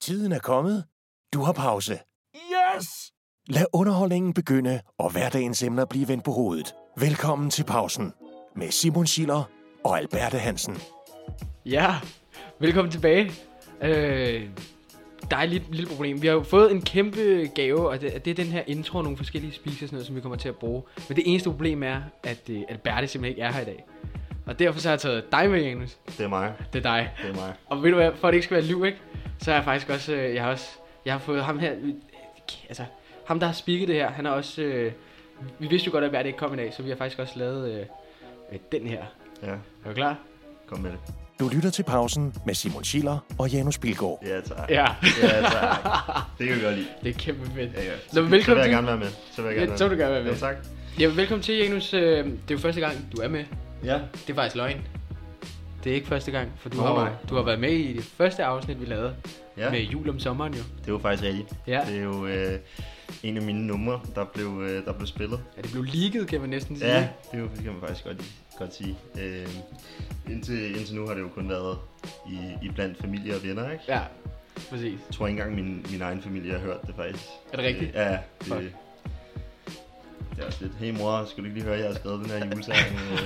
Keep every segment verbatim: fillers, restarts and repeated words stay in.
Tiden er kommet. Du har pause. Yes! Lad underholdningen begynde, og hverdagens emner blive vendt på hovedet. Velkommen til pausen med Simon Schiller og Alberte Hansen. Ja, velkommen tilbage. Øh, der er et lille, lille problem. Vi har jo fået en kæmpe gave, og det, det er den her intro og nogle forskellige speaks og sådan noget, som vi kommer til at bruge. Men det eneste problem er, at uh, Alberte simpelthen ikke er her i dag. Og derfor så har jeg taget dig med, Janus. Det er mig. Det er dig. Det er mig. Og ved du hvad, for at det ikke skal være liv, ikke? Så har jeg faktisk også, øh, jeg har også, jeg har fået ham her, øh, altså ham der har speaket det her, han har også, øh, vi vidste jo godt, at Alberte ikke kom i dag, så vi har faktisk også lavet øh, øh, den her. Ja. Er du klar? Kom med det. Du lytter til pausen med Simon Schiller og Janus Bilgaard. Ja, tak. Ja. Ja, tak. Det kan vi godt lide. Det er kæmpe fedt. Ja, ja. Nå, Så, velkommen så vil jeg til. gerne være med. Så vil jeg gerne Ja, så vil du gerne være med. Ja, tak. Ja, velkommen til, Janus. Det er jo første gang, du er med. Ja. Det er faktisk løgn. Det er ikke første gang, for du, Åh, har, nej. du har været med i det første afsnit, vi lavede. Ja. Med Jul om sommeren jo. Det er jo faktisk rigtigt. Ja. Det er jo øh, en af mine numre, der blev, øh, der blev spillet. Ja, det blev leaget, kan man næsten sige. Ja, det, er jo, det kan man faktisk godt, godt sige. Øh, indtil, indtil nu har det jo kun været i, i blandt familie og venner, ikke? Ja, præcis. Jeg tror ikke engang, min, min egen familie har hørt det faktisk. Er det rigtigt? Øh, ja, det, Fuck. det er også lidt. Hey mor, skal du ikke lige høre, at jeg har skrevet den her julesang?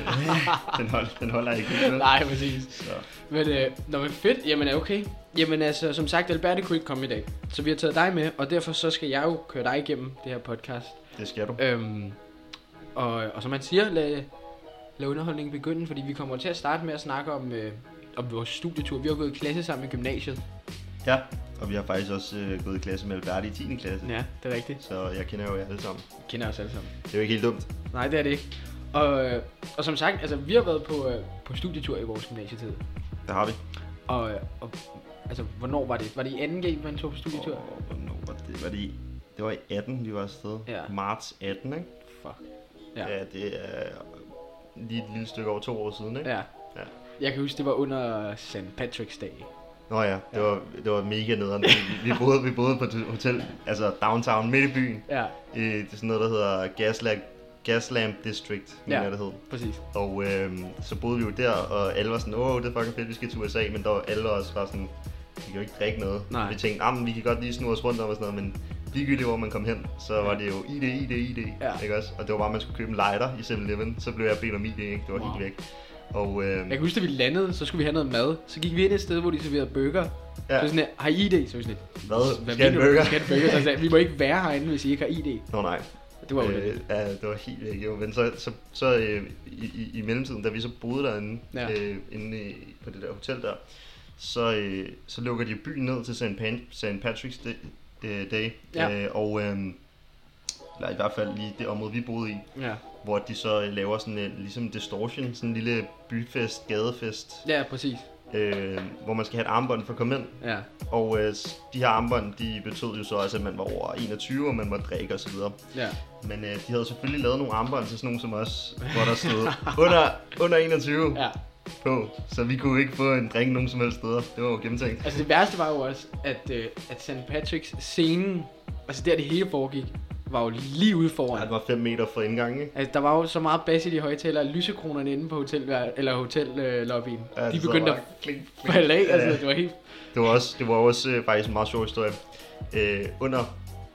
den, hold, den holder ikke helt. Nej, præcis. Så. Men, øh, nå, men fedt. Jamen, er okay. Jamen, altså, som sagt, Alberte kunne ikke komme i dag. Så vi har taget dig med, og derfor så skal jeg jo køre dig igennem det her podcast. Det skal du. Øhm, og, og som man siger, lad, lad underholdningen begynde, fordi vi kommer til at starte med at snakke om, øh, om vores studietur. Vi har gået i klasse sammen i gymnasiet. Ja, og vi har faktisk også øh, gået i klasse med Alberte i tiende klasse. Ja, det er rigtigt. Så jeg kender jo jer alle sammen. Vi kender os alle sammen. Det er jo ikke helt dumt. Nej, det er det ikke. Og, øh, og som sagt, altså, vi har været på, øh, på studietur i vores gymnasietid. Det har vi. Og, øh, og altså, hvornår var det? Var det i anden G, man tog på studietur? Og hvornår var det? Var det i, det var i atten, vi var afsted. Ja. Marts atten, ikke? Fuck. Ja. Ja. ja, det er lige et lille stykke over to år siden, ikke? Ja. Ja. Jeg kan huske, det var under Sankt Patrick's Day. Nå ja, det var, det var mega nederen. Vi, vi, boede, vi boede på et hotel, altså downtown, midt i byen. Ja, I, det er sådan noget, der hedder Gaslamp, Gaslamp District, mener Ja. jeg, det hed. præcis. Og øh, så boede vi jo der, og alle var sådan, åh, det er fucking fedt, vi skal til U S A, men der var alle også var sådan, vi kan jo ikke drikke noget. Nej. Vi tænkte, ah, men vi kan godt lige snurre os rundt om og sådan noget, men ligegyldigt hvor man kom hen, så var det jo I D, I D, I D, Ja. ikke også? Og det var bare, at man skulle købe en lighter i seven eleven, så blev jeg bedt om I D, ikke? Det var Wow. helt væk. Og øh, Jeg kan huske, at vi landede, så skulle vi have noget mad. Så gik vi ind et sted, hvor de serverede burger. Ja. Så sådan her, har I I D? Så var vi sådan lidt, hvad? hvad Skal jeg mener en du? burger? Skal have en burger? Så jeg sagde, vi må ikke være herinde, hvis I ikke har I D. Nå nej. Det var jo øh, lidt. ja, det var helt væk, jo. Men så, så, så øh, i, i, i mellemtiden, da vi så boede derinde, Ja. øh, inde i, på det der hotel der, så, øh, så lukker de byen ned til Saint Pan- Saint Patrick's Day, øh, Day Ja. øh, og øh, eller i hvert fald lige det område, vi boede i, Ja. hvor de så øh, laver sådan en, ligesom Distortion, sådan en lille byfest, gadefest, Ja, præcis. øh, hvor man skal have et armbånd for at komme ind. Ja. Og øh, de her armbånd, de betød jo så også, at man var over enogtyve, og man måtte drikke osv. Ja. Men øh, de havde selvfølgelig lavet nogle armbånd til sådan nogle som os, hvor der stod under, under enogtyve Ja. på, så vi kunne ikke få en drink nogen som helst steder. Det var jo gennemtænkt. Altså det værste var jo også, at, øh, at Sankt Patrick's scenen, altså der det hele foregik, var jo lige ude foran. Ja, det var fem meter fra indgangen, ikke? Altså, der var jo så meget bas i de højtalere, at lysekronerne inde på hotel, eller hotellobbyen, Ja, de det så begyndte bare at klink, klink. falde af, Ja, altså ja. det var helt... Det var også, det var også øh, faktisk en meget sjov historie. Øh, under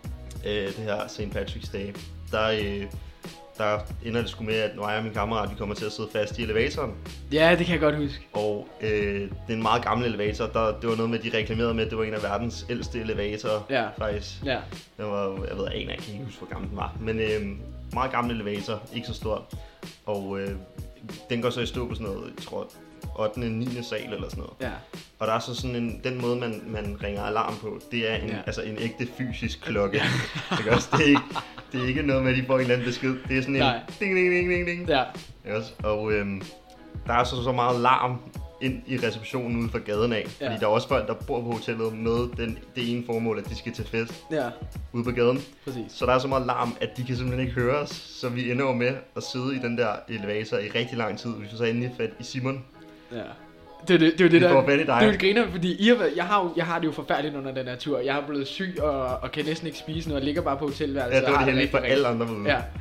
øh, det her Saint Patrick's Day, der, øh, der ender det sgu med, at mig og min kammerat, vi kommer til at sidde fast i elevatoren. Ja, det kan jeg godt huske. Og øh, det er en meget gammel elevator. Der, det var noget med, de reklamerede med, at det var en af verdens ældste elevatorer, Ja. faktisk. Ja, Den var, jeg ved, jeg aner ikke, jeg kan ikke huske, hvor gammel den var. Men øh, meget gammel elevator, ikke så stor. Og øh, den går så i stå på sådan noget, jeg tror, ottende niende sal eller sådan noget. ja. Og der er så sådan en, den måde, man, man ringer alarm på, det er en, Ja. ja. altså en ægte fysisk klokke. Ikke også? Det, er ikke, det er ikke noget med, at de får en eller anden besked. Det er sådan en Nej. ding, ding, ding, ding, ding. Ja, Ikke også? Og øhm, der er så, så meget larm ind i receptionen ude fra gaden af. Ja. Fordi der er også folk, der bor på hotellet med den, det ene formål, at de skal til fest ja, ude på gaden. præcis. Så der er så meget larm, at de kan simpelthen ikke høre os. Så vi ender jo med at sidde i den der elevator i rigtig lang tid. Vi får så endelig fat i Simon. Ja. Det er det, det, er jo det Vi der, får fat i dig. det er jo et griner, fordi I har, været- jeg, har jo, jeg har det jo forfærdeligt under den her tur. Jeg har blevet syg og, og kan næsten ikke spise noget, og ligger bare på hotelværelset. Ja, det og var har det heldige for rigtig, alle andre ude. Ja,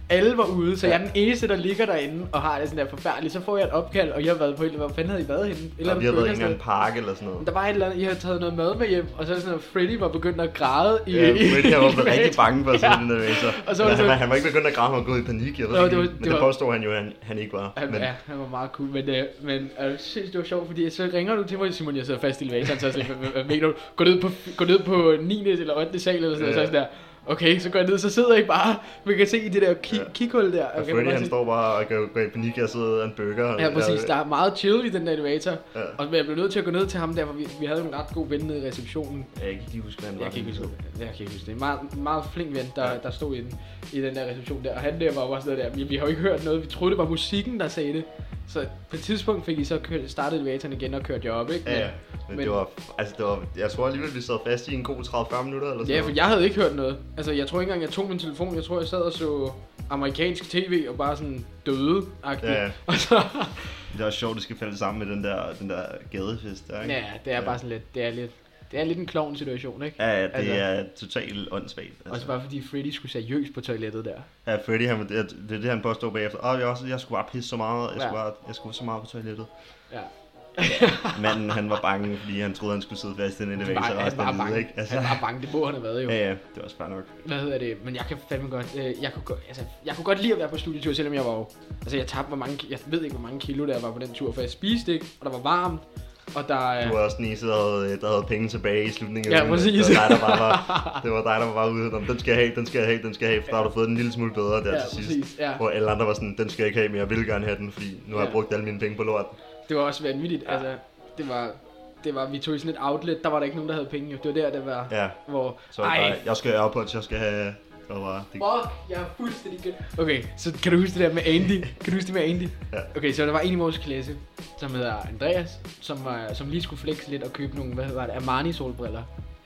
Alle var ude, så ja. Jeg er den eneste, der ligger derinde og har det sådan der forfærdeligt. Så får jeg et opkald, og jeg har været på, hvor fanden havde I været henne? Eller vi har været i en park eller sådan noget. Der var et eller andet, I havde taget noget mad med hjem, og så er det sådan, at Freddy var begyndt at græde i... Ja, Freddy var blevet rigtig bange for at sidde ja. den der væser. Og så var det han, var, han var ikke begyndt at græde, han var gået i panik, jeg ved Nå, ikke, det var, men det, det påstod han jo, at han, han ikke var. Han, men... Ja, han var meget cool, men, øh, men jeg synes, det var sjovt, fordi så ringer du til mig, Simon, jeg sidder fast i elevatoren, så jeg sådan, mener du, gå ned på, gå ned på niende eller ottende sal eller sådan, ja. Så sådan der. Okay, så går jeg ned, så sidder I bare, vi kan se i det der ki- ja. kikhul der. Og Freddy han se... står bare og går i panik, jeg sidder og en burger. Ja, præcis, jeg... der er meget chill i den der elevator. Ja. Og jeg blev nødt til at gå ned til ham der, hvor vi, vi havde en ret god ven nede i receptionen. Ja, jeg kan ikke huske, hvad han var. Jeg kan ikke huske, jeg kan ikke huske det. En meget, meget flink ven, der, ja. der stod inde i den der reception der. Og han der var bare sådan der, vi, vi har jo ikke hørt noget, vi troede det var musikken, der sagde det. Så på et tidspunkt fik I så kørt, startet elevatoren igen og kørt jer op, ikke? Ja, ja. Men, men det var, altså det var, jeg tror alligevel, vi sad fast i en god tredive til fyrre minutter eller sådan. Ja, for jeg havde ikke hørt noget. Altså, jeg tror ikke engang, jeg tog min telefon. Jeg tror, jeg sad og så amerikansk tv og bare sådan døde-agtigt. Ja, ja. Og så... Det er også sjovt, det skal falde sammen med den der, den der gadefest der, ikke? Ja, det er ja. bare sådan lidt, det er lidt, det er lidt en klovn situation, ikke? Ja, ja, det altså, er totalt åndssvagt. Altså. Også bare fordi Freddy skulle seriøst på toilettet der. Ja, Freddy, han, det, er, det er det, han påstår bagefter. Åh, jeg, også, jeg skulle bare pisse så meget, jeg, ja. skulle bare, jeg skulle så meget på toilettet. Ja. Manden, han var bange, fordi han troede, han skulle sidde fast i den elevator. Han var, han var bange, ikke? Altså. han var bange, det må han have været jo. Ja, ja, det var også bare nok. Hvad hedder det? Men jeg kan fandme godt, øh, jeg, kunne godt altså, jeg kunne godt lide at være på studietur, selvom jeg var jo... Altså, jeg tabte hvor mange, jeg ved ikke, hvor mange kilo der var på den tur, for jeg spiste ikke, og der var varmt. Og der, øh... Du var også den eneste, der havde, der havde penge tilbage i slutningen. Ja, præcis. Det var dig, der bare var, det var dig, der var bare ude. Den skal jeg have, den skal jeg have, den skal jeg have. For der har du fået den en lille smule bedre der ja, til sidst. Præcis, ja. Hvor alle andre var sådan, den skal jeg ikke have, men jeg vil gerne have den, fordi nu har ja. jeg brugt alle mine penge på lort. Det var også vanvittigt, ja. Altså, det var... Det var, vi tog i sådan et outlet, der var der ikke nogen, der havde penge jo. Det var der, det var, ja. hvor... Så ej, jeg skal have Airpods, jeg skal have... Det var, det... Fuck, jeg er fuldstændig gødt. Okay, så kan du huske det der med Andy? Kan du huske det med Andy? Ja. Okay, så der var en i vores klasse, som hedder Andreas, som, var, som lige skulle flexe lidt og købe nogle, hvad var det, Armani solbriller.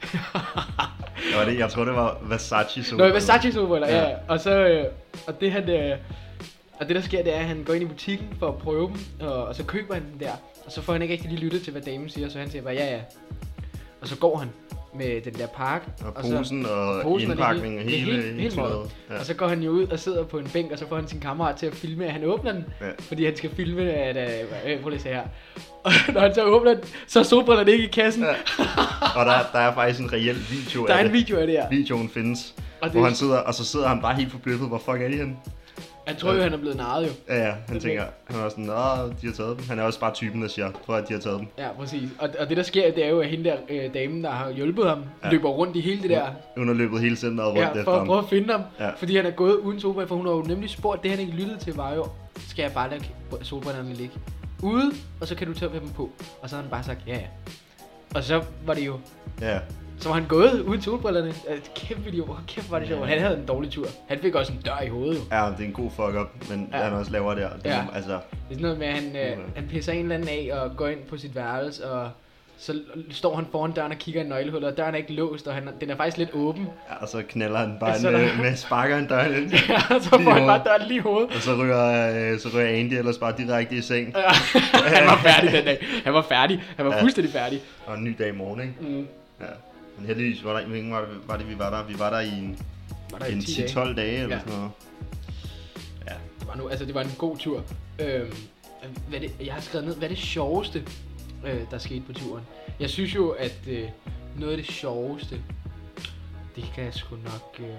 Var det, jeg tror det var Versace solbriller. Nå, Versace solbriller, ja. ja. Og så, øh, og det han, øh, og det der sker, det er, at han går ind i butikken for at prøve dem, og, og så køber han dem der. Og så får han ikke rigtig lige lyttet til, hvad damen siger, så han siger bare ja, ja. Og så går han med den der pakke. Og posen og, og posen indpakningen og hele, hele, hele, hele måde. Ja. Og så går han jo ud og sidder på en bænk, og så får han sin kammerat til at filme, at han åbner den. Ja. Fordi han skal filme, at... Øh, prøv lige at se her. Og når han så åbner den, så er solbrillerne ikke i kassen. Ja. Og der, der er faktisk en reel video der af det. Der er en video af det her. Videoen findes. Og hvor han sidder, og så sidder han bare helt forbløffet. Hvor fuck er de henne? Han tror jo, han er blevet narret jo. Ja, ja. Han tænker, han er sådan, åh, de har taget dem. Han er også bare typen, der siger, tror at de har taget dem. Ja, præcis. Og, og det der sker, det er jo, at hende der øh, damen, der har hjulpet ham, ja. løber rundt i hele det der. Hun har løbet hele centret rundt ja, efter for at prøve at finde ham. Ja. Fordi han er gået uden solbriller, for hun har jo nemlig spurgt, det han ikke lyttede til var jo, skal jeg bare lade solbrillerne ligge ude, og så kan du tage dem på. Og så har han bare sagt, ja ja. Og så var det jo... Ja. Så var han gået uden solbrillerne. Kæmpe video. Kæft var det sjovt. Han havde en dårlig tur. Han fik også en dør i hovedet jo. Ja, det er en god fuck up, men ja. Han også laver der. Det, ja. altså... det er sådan noget med, at han, øh, han pisser en eller anden af og går ind på sit værelse, og så står han foran døren og kigger i nøglehullet, og døren er ikke låst, og han, den er faktisk lidt åben. Ja, og så knaller han bare ja, med, med sparker han døren ind. Ja, så får han bare døren lige i hovedet. Og så ryger, øh, så ryger Andy ellers bare direkte i seng. Ja. Han var færdig den dag. Han var færdig. Han var ja. fuldstændig færdig. Og en ny dag i morgen, ikke? Mm. Ja. Men heldigvis var der, ikke var det, var det, vi var der. Vi var der i en, der en ti til tolv dage eller ja. sådan noget. Ja. Det var, nu, altså, det var en god tur. Øhm, hvad det, jeg har skrevet ned, hvad er det sjoveste, øh, der skete på turen? Jeg synes jo, at øh, noget af det sjoveste, det kan jeg sgu nok... Øh,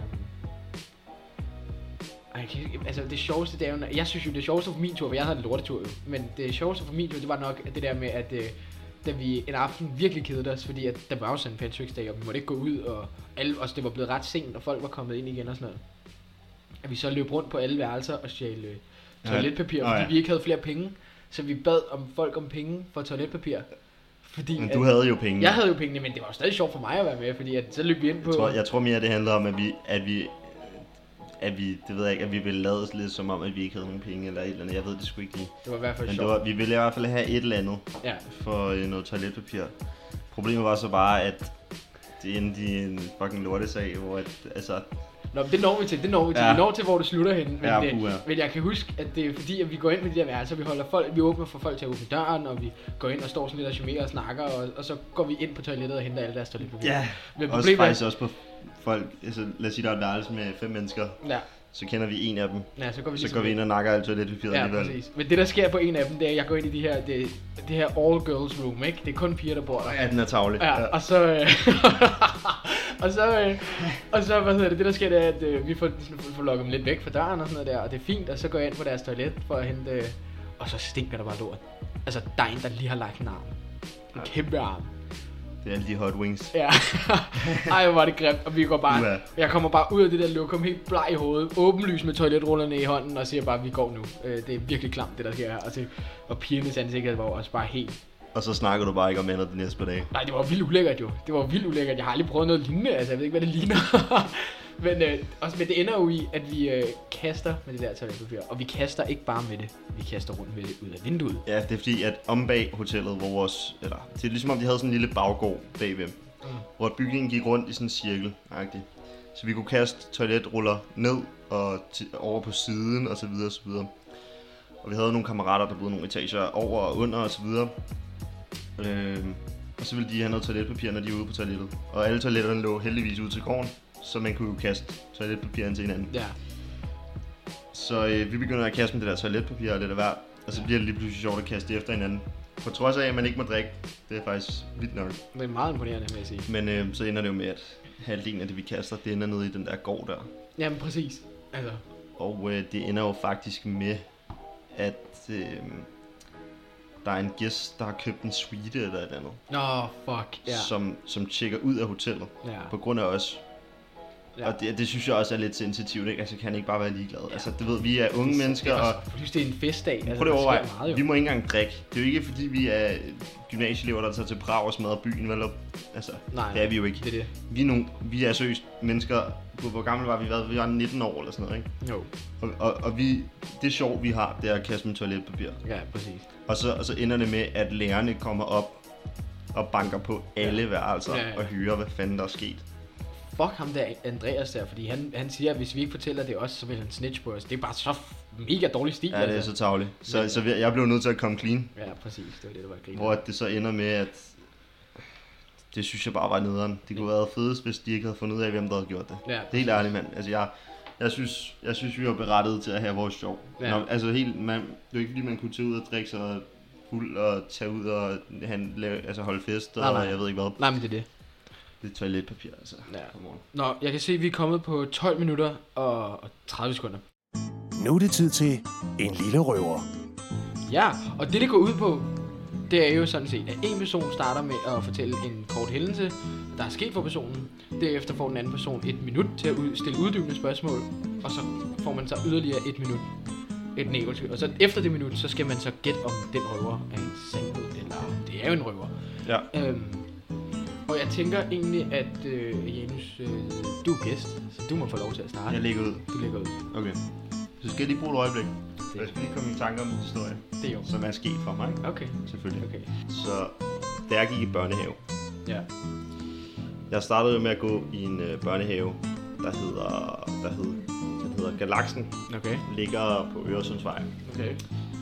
ej, altså det sjoveste, det er jo... Jeg synes jo, det sjoveste for min tur, for jeg havde en lortetur jo. Men det sjoveste for min tur, det var nok det der med, at... Øh, da vi en aften virkelig kedede os, fordi at der var jo sådan en Patrick's Day, og vi måtte ikke gå ud, og alle, også det var blevet ret sent, og folk var kommet ind igen og sådan noget. At vi så løb rundt på alle værelser og stjæle øh, toiletpapir, ja. fordi vi ikke havde flere penge, så vi bad om folk om penge for toiletpapir. Fordi men du at, havde jo penge. Jeg havde jo pengene, men det var jo stadig sjovt for mig at være med, fordi at, så løb vi ind på... Jeg tror, jeg tror mere, det handler om, at vi... At vi at vi, det ved jeg ikke, at vi ville lade os lidt som om, at vi ikke havde nogen penge eller et eller andet. Jeg ved det sgu ikke lige. Det var i hvert fald men sjovt. Var, vi ville i hvert fald have et eller andet ja. for øh, noget toiletpapir. Problemet var så bare, at det endte i en fucking lortesag, hvor at, altså... Nå, det når vi til, det når vi til. Ja. Vi når til, hvor det slutter henne. Men, ja, det, men jeg kan huske, at det er fordi, at vi går ind med de der værelser, vi holder folk, vi åbner for folk til at åbne døren, og vi går ind og står sådan lidt og charmerer og snakker, og, og så går vi ind på toilettet og henter alle deres toiletpapir. Ja, men også faktisk også på folk, altså lad os sige, der er et værelse med fem mennesker. Ja. så kender vi en af dem. Ja, så går vi, så går vi ind og nakker alt toiletpapiret ja, alligevel. Præcis. Men det der sker på en af dem, det er, at jeg går ind i de her, det, det her all girls room, ikke? Det er kun piger, der bor der. Ja, den er tavlig. Ja, ja. og så... Øh, og så, øh, og så, hvad hedder det, det der sker, det er, at øh, vi får, får lukket dem lidt væk fra døren og sådan noget der, og det er fint, og så går jeg ind på deres toilet for at hente, øh, og så stinker der bare lort. Altså, der er en, der lige har lagt en arm. En kæmpe arm. Det er alle de hot wings. Ja. Ej, hvor var det grimt, og vi går bare, ja. jeg kommer bare ud af det der lokum, helt bleg i hovedet, åbenlys med toiletrullerne i hånden, og siger bare, at vi går nu. Øh, det er virkelig klamt, det der sker her, og, så, og pigernes ansigter var også bare helt... Og så snakker du bare ikke om andet de næste par dage. Nej, det var vildt ulækkert jo. Det var vildt ulækkert. Jeg har aldrig prøvet noget lignende, altså jeg ved ikke, hvad det ligner. men, øh, også, men det ender jo i, at vi øh, kaster med det der toiletpapir, og vi kaster ikke bare med det, vi kaster rundt med det ud af vinduet. Ja, det er fordi, at om bag hotellet, hvor vores... Eller, det er ligesom om, de havde sådan en lille baggård bagved, mm. hvor bygningen gik rundt i sådan en cirkel. -agtigt. Så vi kunne kaste toiletruller ned og t- over på siden, og så videre, og så videre. Og vi havde nogle kammerater, der boede nogle etager over og under, og så videre. Øhm, og så ville de have noget toiletpapir, når de var ude på toilettet. Og alle toiletterne lå heldigvis ude til gården, så man kunne jo kaste toiletpapir ind til hinanden. Ja. Så øh, vi begynder at kaste med det der toiletpapir og lidt af hver, og så bliver det lige pludselig sjovt at kaste efter hinanden. På trods af, at man ikke må drikke, det er faktisk vildt nok. Det er meget imponerende, vil jeg sige. Men øh, så ender det jo med, at halvdelen af det, vi kaster, det ender nede i den der gård der. Jamen præcis. Altså. Og øh, det ender jo faktisk med, at... Øh, der er en gæst, der har købt en suite eller et eller andet. Nå, oh, fuck, ja. Som, som tjekker ud af hotellet. Ja. På grund af os. Ja. Og det, det synes jeg også er lidt sensitivt, ikke? Altså, kan han ikke bare være ligeglad? Ja. Altså, det ved vi er unge det, mennesker, det er, og... Fordi det er en festdag. Altså, prøv det at overveje. Meget, vi må ikke engang drikke. Det er jo ikke, fordi vi er gymnasieelever, der tager til Prag og smadrer byen, vel? Altså, nej, det er vi jo ikke. Det er det. Vi er, nogle, vi er seriøst mennesker... Hvor gamle var vi? Vi var nitten år eller sådan noget, ikke? Jo. Og, og, og vi, det sjov, vi har, det er at kaste med toiletpapir. Ja, præcis. Og så, og så ender det med, at lærerne kommer op og banker på alle ja. værelser ja, ja. og hører, hvad fanden der er sket. Fuck ham der, Andreas der, fordi han, han siger, at hvis vi ikke fortæller det også, så vil han snitch på os. Det er bare så mega dårlig stil. Ja, det er altså. så tavligt. Så, så jeg blev nødt til at komme clean. Ja, præcis. Det var det, der var griner. Hvor det så ender med, at det synes jeg bare var nederen. Det kunne have været fedest, hvis de ikke havde fundet ud af, hvem der havde gjort det. Ja, det er helt ærligt, mand. Altså, jeg, jeg, synes, jeg synes, vi var berettet til at have vores sjov. Ja. Nå, altså, helt, man, det er ikke fordi, man kunne tage ud og drikke sig fuld og tage ud og han, lave, altså, holde fest og nej, nej. jeg ved ikke hvad. Nej, men det er det. Det er toiletpapir, altså. Ja. Nå, jeg kan se, at vi er kommet på tolv minutter og tredive sekunder. Nu er det tid til en lille røver. Ja, og det det går ud på, det er jo sådan set, at en person starter med at fortælle en kort hændelse, der er sket for personen. Derefter får den anden person et minut til at stille uddybende spørgsmål, og så får man så yderligere et minut et negativt. Og så efter det minut, så skal man så gætte, om den røver er en sandhed, eller det er jo en røver. Ja. Øhm, og jeg tænker egentlig, at øh, Janus, øh, du er gæst, så du må få lov til at starte. Jeg lægger ud. Du lægger ud. Okay. Så skal jeg lige bruge et øjeblik. Det. Jeg skal lige komme i tanker om en historie, det er jo. som er sket for mig. Okay. Selvfølgelig. Okay. Så da jeg gik i børnehave. Ja. Jeg startede jo med at gå i en øh, børnehave, der hedder, der hed, den hedder Galaksen. Okay. Ligger på Øresundsvej. Okay.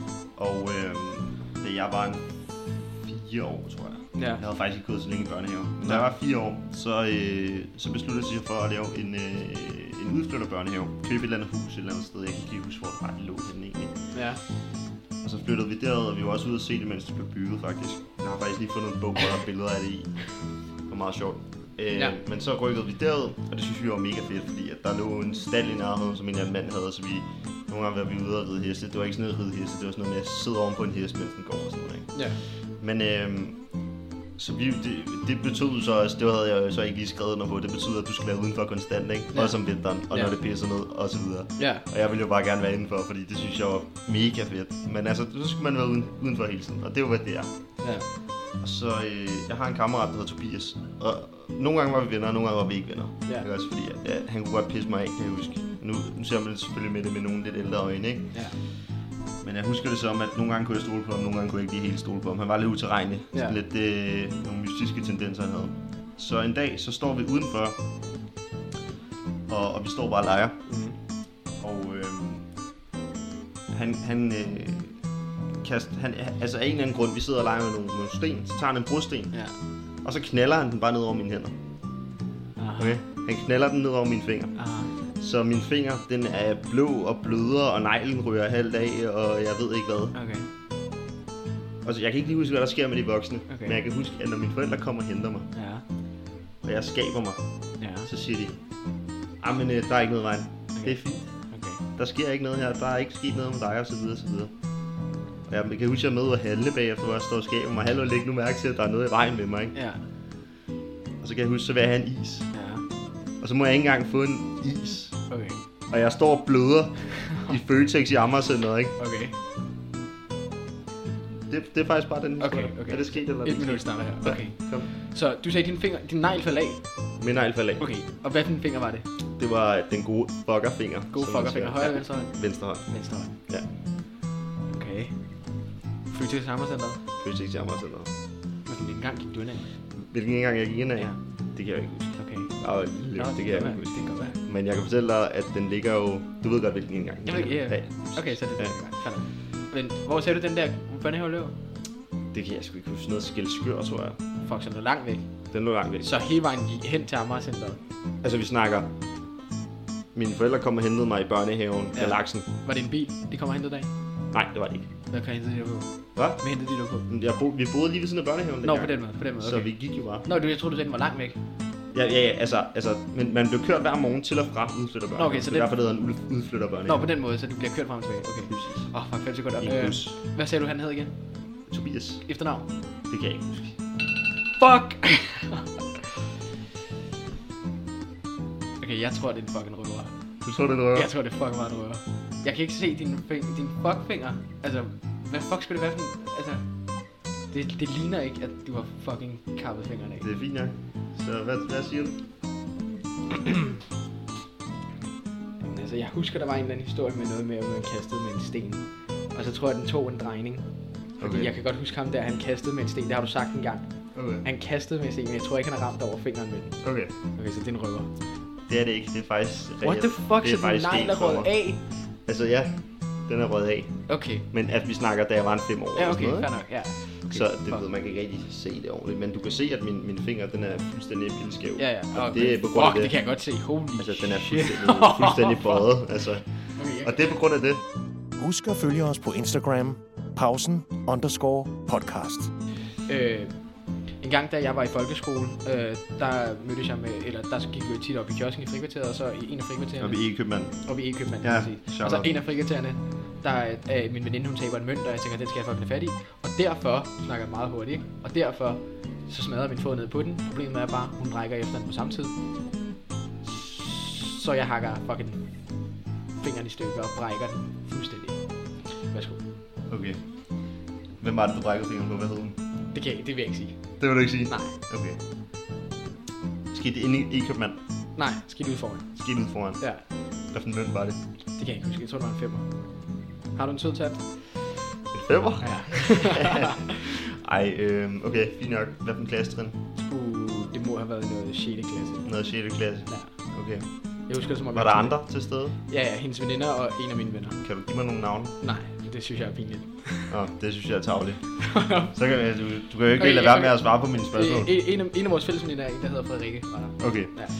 Og øh, da jeg var en fire år, tror jeg. Ja. Jeg havde faktisk ikke gået så længe i børnehave. Men da jeg var fire år, så, øh, så besluttede jeg sig for at lave en, øh, en udflytterbørnehave. Købe et eller andet hus et eller andet sted. Jeg kan ikke huske, hvor det bare lå henne egentlig. Ja. Og så flyttede vi derud, og vi var også ude at se det, mens det blev bygget faktisk. Jeg har faktisk lige fundet en bog, hvor der er billeder af det i. Det var meget sjovt. Øh, ja. Men så rykkede vi derud, og det synes vi var mega fedt, fordi at der lå en stald i nærheden, som en eller anden mand havde, så vi nogle gange var vi ude og ride heste. Det var ikke sådan noget at ride heste, det var sådan noget med at sidde oven på en hest, mens den går og sådan noget, ikke? Ja. Men øh, så vi, det, det betød så også, det havde jeg jo så ikke lige skrevet noget på, det betyder, at du skal være udenfor konstant, ikke? Ja. Også om vinteren, og ja. når det pisser ned, og så videre. Ja. Og jeg ville jo bare gerne være indenfor, fordi det synes jeg var mega fedt. Men altså, så skal man være uden, udenfor hele tiden, og det er jo, hvad det er. Ja. Og så, øh, jeg har en kammerat, der hedder Tobias, og nogle gange var vi venner, og nogle gange var vi ikke venner. Ja. Det er også fordi, at, ja, han kunne godt pisse mig af, kan jeg huske. Nu, nu ser man det selvfølgelig med det med nogle lidt ældre øjne, ikke? Ja. Men jeg husker det som, at nogle gange kunne jeg stole på ham, nogle gange kunne jeg ikke lige helt stole på ham. Han var lidt utilregnelig, ja. lidt øh, nogle mystiske tendenser, han havde. Så en dag, så står vi udenfor, og, og vi står bare og leger. Mm. Og øh, han, han, øh, kast, han, altså af en eller anden grund, vi sidder og leger med nogle, nogle sten, så tager han en brosten, ja. og så knaller han den bare ned over mine hænder. Aha. Okay? Han knaller den ned over mine fingre. Aha. Så min finger, den er blå og bløder, og neglen ryger halvt af, og jeg ved ikke hvad. Okay. Altså, jeg kan ikke lige huske, hvad der sker med de voksne. Okay. Men jeg kan huske, at når mine forældre kommer og henter mig, Ja. og jeg skaber mig, Ja. så siger de, ah, men øh, der er ikke noget i vejen. Okay. Det er fint. Okay. Der sker ikke noget her. Der er ikke sket noget med dig, og så videre, og så videre. Og jeg kan huske, at jeg er med og handle bagefter, hvor jeg står og skaber mig. Hallo, læg nu mærke til, at der er noget i vejen med mig, ikke? Ja. Og så kan jeg huske, så vil jeg have en is. Ja. Og så må jeg ikke engang få en is. Okay. Og jeg står og bløder i Føtex i Amagercenteret, ikke? Okay. Det, det er faktisk bare den historie. Okay, okay. Er det sket, eller er det Et ikke minut sket? starter her. Okay. Kom. Så du sagde, din finger, din negl faldt af. Min negl faldt af. Okay. Og hvad for en finger var det? Det var den gode fuckerfinger. God som man fuckerfinger. siger. Højre Ja. eller venstre hånd? Venstre hånd. Venstre hånd. Ja. Okay. Flytte til Amagercenteret. Føtex i Amagercenteret. Hvilken gang gik du ind af? Hvilken engang jeg gik ind af? Ja. Det kan jeg ikke huske. Okay. Og det, det kan jeg ikke huske. Det kan godt være. Men jeg kan fortælle dig, at den ligger jo... Du ved godt, hvilken indgang. Jeg ved ikke, ja. Okay, så er det Ja. den gang. Fair nok. Men hvor sagde du den der børnehave løber? Det kan jeg sgu ikke huske. Noget skældskør, tror jeg. Fuck, så er den langt væk. Den lå langt væk. Så hele vejen gik hen til Amagercenteret. Altså, vi snakker... Mine forældre kom og hentede mig i børnehaven, Ja. ja. Galaksen. Var det en bil, de kom og hentede dig? Nej, det var det ikke. Hvad kan hente de dig på? Hvad? Hvad hentede de dig på? Jeg bo, vi boede lige ved siden af børnehaven Nå, dengang. på den måde, på den måde, Så okay. vi gik jo bare. Nå, du, jeg troede, du sagde, den var langt væk. Ja, ja, ja, altså, altså, men man blev kørt hver morgen til og fra udflytter børnehaven. Okay, så så det- det... derfor det hedder en ud- udflytter Nå, børnehaven. på den måde, så du bliver kørt frem og tilbage. Okay. Præcis. Åh, oh, fuck, fem sekunder. I en Øh, bus. hvad sagde du, han hed igen? Tobias. Efternavn? Det kan jeg ikke huske. Fuck! Okay, jeg tror, det er en fucking røver. Du tror, det er noget? Jeg tror, det er fucking meget en røver. Jeg kan ikke se din, fing- din fuckfinger. Altså, hvad fuck skulle det være for en... Altså, det, det ligner ikke, at du har fucking kappet fingrene af. Det er fint, ja. Så hvad, hvad siger du? Jamen, altså, jeg husker, der var en eller anden historie med noget med, at man kastede med en sten. Og så tror jeg, den tog en drejning. Fordi Okay. jeg kan godt huske ham der, han kastede med en sten. Det har du sagt en gang. Okay. Han kastede med en sten, men jeg tror ikke, han har ramt over fingeren med den. Okay. Okay, så det er en røver. Det er det ikke. Det er faktisk... What the fuck, det er så din faktisk negl sket er for røget mig. af? Altså, ja. Den er røget af. Okay. Men at vi snakker, da jeg var en fem år. Ja, eller okay, sådan noget, fair nok, ja. Okay, Så det fuck. ved man kan ikke rigtig se det ordentligt. Men du kan se, at min, min finger, den er fuldstændig pilskæv. Ja, ja. Og Okay. det er på grund af Fuck, det. det kan jeg godt se. Holy Altså, den er shit. fuldstændig, fuldstændig bøjet. Altså. Okay, jeg- Og det er på grund af det. Husk at følge os på Instagram, pausen underscore podcast. Øh, en gang, da jeg var i folkeskole, øh, der mødtes jeg med, eller der gik vi jo tit op i kiosken i frikvarteret, og så i en af frikvartererne, Og vi er ikke købmand. og vi ikke købmand, Ja, kan man sige. shout Og så out. en af frikvartererne, der er øh, min veninde, hun taber en mønt, og jeg tænker, den skal jeg fucking have fat i. Og derfor, nu snakker jeg meget hurtigt, ikke? Og derfor, så smadrer min fod ned på den. Problemet er bare, hun rækker efter den på samme tid. Så jeg hakker fucking fingeren i stykker og brækker den fuldstændig. Værsgo. Okay. Hvem var det, du brækkede fingeren på? Hvad hed hun? Det kan jeg, det vil jeg ikke sige. Det vil du ikke sige? Nej, Okay. Skete det inde i, i købmand? nej, skidt ud foran. Skete ud foran? Ja, Hvad for en mønt var det? det kan jeg ikke huske. Jeg tror, det var en femmer. Har du en sød tat? En femmer? Ja. Ej, øh, okay, fint nok. Hvad for en klassetrin? Uh, det må have været noget sjette klasse. Noget sjette klasse? Ja. Okay. Jeg husker det som om... Var jeg der var andre til stede? Ja, ja, hendes veninder og en af mine venner. Kan du give mig nogle navne? Nej, det synes jeg er pinligt. Nå, det synes jeg er tarveligt. Så kan jeg, du, du kan jo ikke Okay, lade være okay. med at svare på mine spørgsmål. en, en, af, en af vores fælles veninder er en, der hedder Frederikke, var der. Okay. Ja.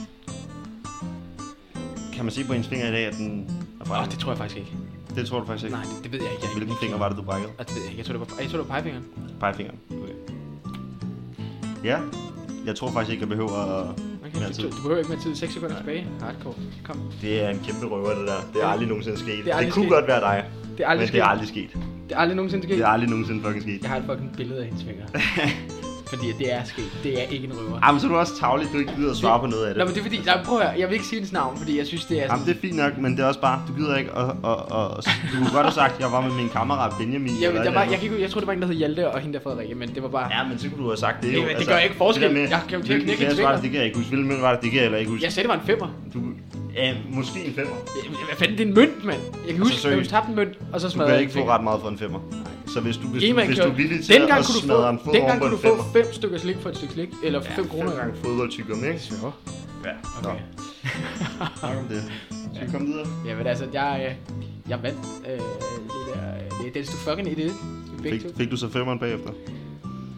Kan man se på hendes finger i dag, at den er Åh, brækket? det tror jeg faktisk ikke. Det tror du faktisk ikke? Nej, det, det ved jeg ikke. Jeg er Hvilken ikke- finger var det, du brækkede? Ah, det ved jeg ikke. Jeg tror, det var, jeg tror, det var pegefingeren. Pegefingeren. Okay. Ja, jeg tror faktisk ikke, jeg behøver at... Okay, mere du, tid. du, du behøver ikke mere tid. seks sekunder tilbage. Hardcore. Kom. Det er en kæmpe røver, det der. Det er aldrig nogensinde sket. Det er Det, aldrig det kunne sket. godt være dig, Det er aldrig men sket. det er aldrig sket. Det er aldrig nogensinde sket. Det er aldrig nogensinde fucking sket. Jeg har et fucking billede af hendes fingre. Fordi det er sket. Det er ikke en røver. Jamen, så er du også tavligt, du ikke gider at svare på noget af det. Nå, men det er fordi, nej, prøv at høre, jeg vil ikke sige hendes navn, fordi jeg synes, det er sådan... Jamen, det er fint nok, men det er også bare, du gider ikke at... at, at, at du kunne godt have sagt, at jeg var med min kammerat Benjamin. jeg, eller jeg, et var, eller jeg, kan ikke, jeg tror, det var en, der hed Hjalte, og hende der Frederikke, men det var bare... Ja, men så kunne du have sagt det. Det- jo. det gør ikke forskel. det der med, Jeg kan jo til at hvilken knække klasse en var det, finger. det kan jeg ikke huske. Hvilken mønt var det, det kan jeg heller ikke huske. Jeg sagde, det var en femmer. Du, ja, måske en femmer. Hvad fanden, det er en mønt, mand. Jeg kan huske, seriøst. at jeg tabte en mønt, og så Du smadrede kan jeg ikke en få ret meget for en femmer. Så hvis du, hvis, du, Gman hvis kan du jo- er villig til dengang at kunne du smadre få, en fod dengang oven på kunne en du få femmer. fem stykker slik for et stykke slik, eller Ja, fem kroner. fem gange fodboldtykker, ikke? Ja, Ja, okay. nok om det. Skal vi komme videre? Ja, men altså, jeg, øh, jeg vandt øh, det der... øh, Det, det stod fucking et et. Begge Fik, to. fik du så femmeren bagefter?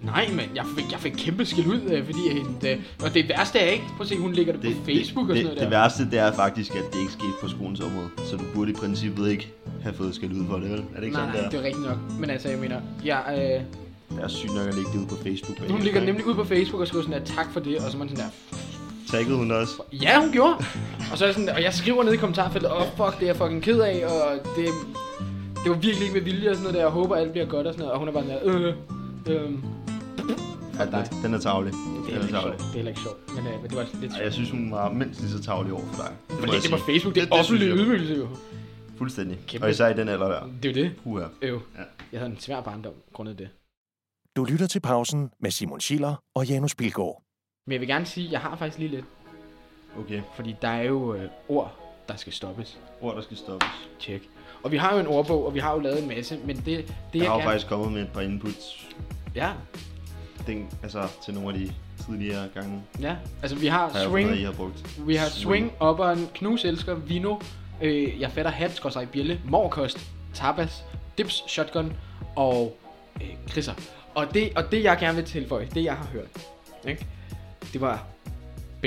Nej, men jeg fik, jeg fik kæmpe skæld ud, øh, fordi hende, øh, og det værste er ikke, prøv at se, hun lægger det, det på Facebook det, og sådan det, noget det der. værste, det er faktisk, at det ikke skete på skolens område. Så du burde i princippet ikke have fået skæld ud for det, vel? Er det ikke nej, sådan, nej, der? det er rigtigt nok. Men altså, jeg mener, jeg, øh, Det er sygt nok at lægge det ud på Facebook. hun bagefter, ligger ikke? nemlig ud på Facebook og skriver sådan der, tak for det, og så er man sådan der, Taggede hun også? ja, hun gjorde. Og så er jeg sådan, og jeg skriver ned i kommentarfeltet, åh, oh, fuck, det er jeg fucking ked af, og det, det var virkelig ikke med vilje og sådan noget der, jeg håber, alt bliver godt og sådan noget, og hun er bare sådan der, øh, øh, Ja, den, den er tavlig. det er Den heller ikke tavlig. sjovt, det er heller ikke sjovt, men, øh, men det var lidt Ej, sjovt. jeg synes, hun var mindst lige så tavlig over for dig. Det må Fordi jeg det var sige. Facebook, det er Det- det offentlig synes jeg. ydmygelse jo. Fuldstændig. Kæmpe. Og især i den alder der. Det er jo det. Uha. Øv. Ja. Jeg havde en svær barndom grundet det. Du lytter til Pausen med Simon Schiller og Janus Pilgaard. Men jeg vil gerne sige, at jeg har faktisk lige lidt. Okay. Fordi der er jo øh, ord, der skal stoppes. Ord, der skal stoppes. Tjek. Og vi har jo en ordbog, og vi har jo lavet en masse, men det, det Jeg jeg har jo gerne... faktisk kommet med et par inputs. Ja, Den, altså til nogle af de tidligere gange. ja. Altså vi har Har jeg swing, fundet, I har brugt. vi har swing, upperen, knus elsker, vino, øh, jeg fatter hat, skorstræk bjælle, morkost, tapas, dips, shotgun og øh, krisser. Og det, og det jeg gerne vil tilføje, det jeg har hørt, ikke? Det var B.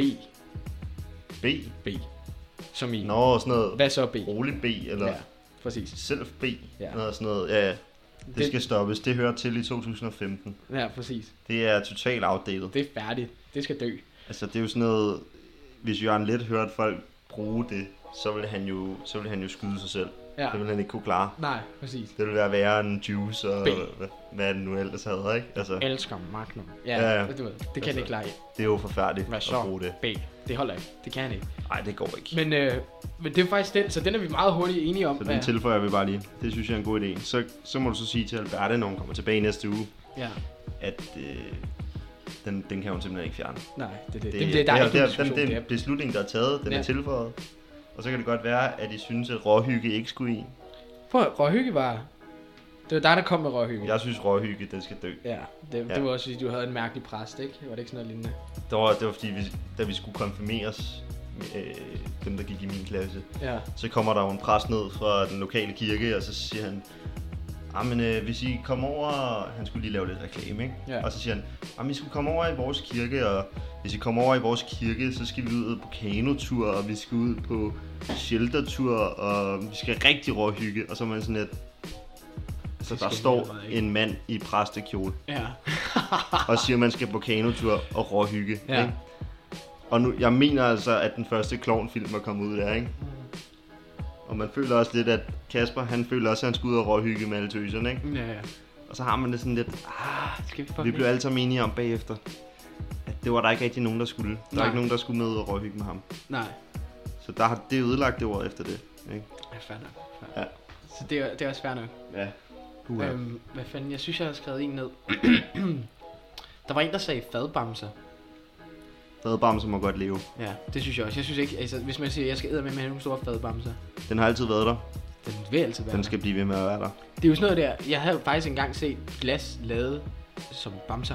B. B. Som i, Nå, sådan noget. hvad så B? Rolig B, eller Ja, præcis. self B. Ja. Noget sådan noget. Ja, ja. Det, Det- skal stoppes. Det hører til i to tusind og femten. Ja, præcis. Det er totalt outdated. Det er færdigt. Det skal dø. Altså, det er jo sådan noget... Hvis Jørgen Let hørte folk bruge det, så ville han jo, så ville han jo skyde sig selv. Ja. Det ville han ikke kunne klare. Nej, præcis. Det ville være værre end Juice og B. hvad, hvad det nu ellers havde, ikke? Altså, Elsker Magnum. Ja, Ja, ja, ja. ja. Du ved, det kan Altså, jeg ikke klare. det er jo forfærdeligt Hvad at så? bruge det. B. Det holder ikke. Det kan han ikke. Nej, det går ikke. Men, øh, men det er faktisk den, så den er vi meget hurtigt enige om. Så den tilføjer vi bare lige. Det synes jeg er en god idé. Så, så må du så sige til Alberte, når hun kommer tilbage næste uge, Ja, at øh, den, den kan hun simpelthen ikke fjerne. nej, det er det. Det, Det, det, det, der det, er er, ikke det, nogen er, den, diskussion. det Det er er, en beslutning, der er taget. Den Ja. er tilføjet. Og så kan det godt være, at I synes, at råhygge ikke skulle i. prøv at råhygge var... Det var dig, der kom med råhygge. Jeg synes, råhygge, den skal dø. Ja, det, Ja. det var også, fordi du havde en mærkelig præst, ikke? Var det ikke sådan noget lignende? Det var, det var fordi, vi, da vi skulle konfirmeres, øh, dem der gik i min klasse, Ja. så kommer der jo en præst ned fra den lokale kirke, og så siger han, ah, men øh, hvis I kommer over, han skulle lige lave lidt reklame, ikke? Ja. Og så siger han, ah, men I skulle komme over i vores kirke, og hvis I kommer over i vores kirke, så skal vi ud på kanotur, og vi skal ud på sheltertur, og vi skal rigtig råhygge, og så er man sådan lidt, så Det der skal vi står allerede ikke. en mand i præstekjole, Ja. og siger, at man skal på kanotur og råhygge, Ja. ikke? Og nu, jeg mener altså, at den første klovnfilm er kommet ud der, ikke? Og man føler også lidt, at Kasper, han føler også, at han skal ud og råhygge med alle tøserne, ikke? Ja, ja. Og så har man det sådan lidt, Ah, skal vi fucking... vi blev alle sammen enige om bagefter, at det var der ikke rigtig nogen, der skulle. Der var Nej. ikke nogen, der skulle med ud og råhygge med ham. Nej. Så der har det ødelagt det ord efter det, ikke? Ja, fair nok. Fair. Ja. Så det er, det er også fair nok. Ja. Uha. Øhm, hvad fanden, jeg synes, jeg har skrevet en ned. Der var en, der sagde fadbamser. Fadbamser må godt leve. Ja, det synes jeg også. Jeg synes ikke, altså, hvis man siger, at jeg skal æde med med nogle store fadbamser, Den har altid været der. den vil altid være Den der. skal blive ved med at være der. Det er jo sådan noget der, jeg havde jo faktisk engang set glas lavet som bamser.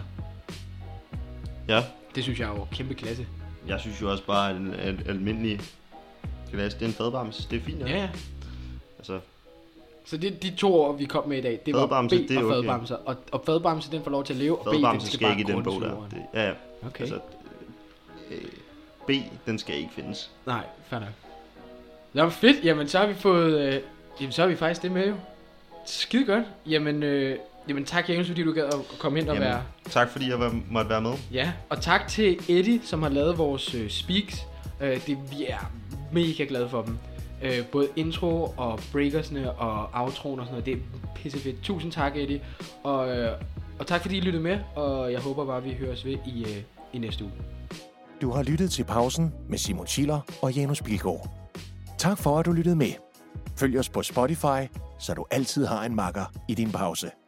Ja. Det synes jeg er jo kæmpe klasse. Jeg synes jo også bare, at en en almindelig glas, det er en fadbams. Det er fint, Ja, ja. Altså, Så det de to ord, vi kom med i dag, det var Fadbamse, B det er og okay. fadbamser. Og, og fadbamse, den får lov til at leve, og B, den fadbamser skal, skal bare ikke i den bog grundes der. jorden. Det, ja, ja. Okay. Altså, øh, B, den skal ikke findes. Nej, fair nok. Nå, fedt. Jamen, så har vi fået... Øh, jamen, så har vi faktisk det med jo. Skide godt. Jamen, øh, jamen tak, Janus, fordi du gad at komme ind og Jamen, være... tak fordi jeg var, måtte være med. Ja, og tak til Eddie, som har lavet vores øh, speaks. Øh, det, vi er mega glade for dem. Øh, både intro og breakersne og outroen og sådan noget. Det er pissefedt. Tusind tak, Eddie. Og, øh, og tak fordi I lyttede med, og jeg håber bare, vi høres ved i, øh, i næste uge. Du har lyttet til Pausen med Simon Schiller og Janus Pilgaard. Tak for, at du lyttede med. Følg os på Spotify, så du altid har en makker i din pause.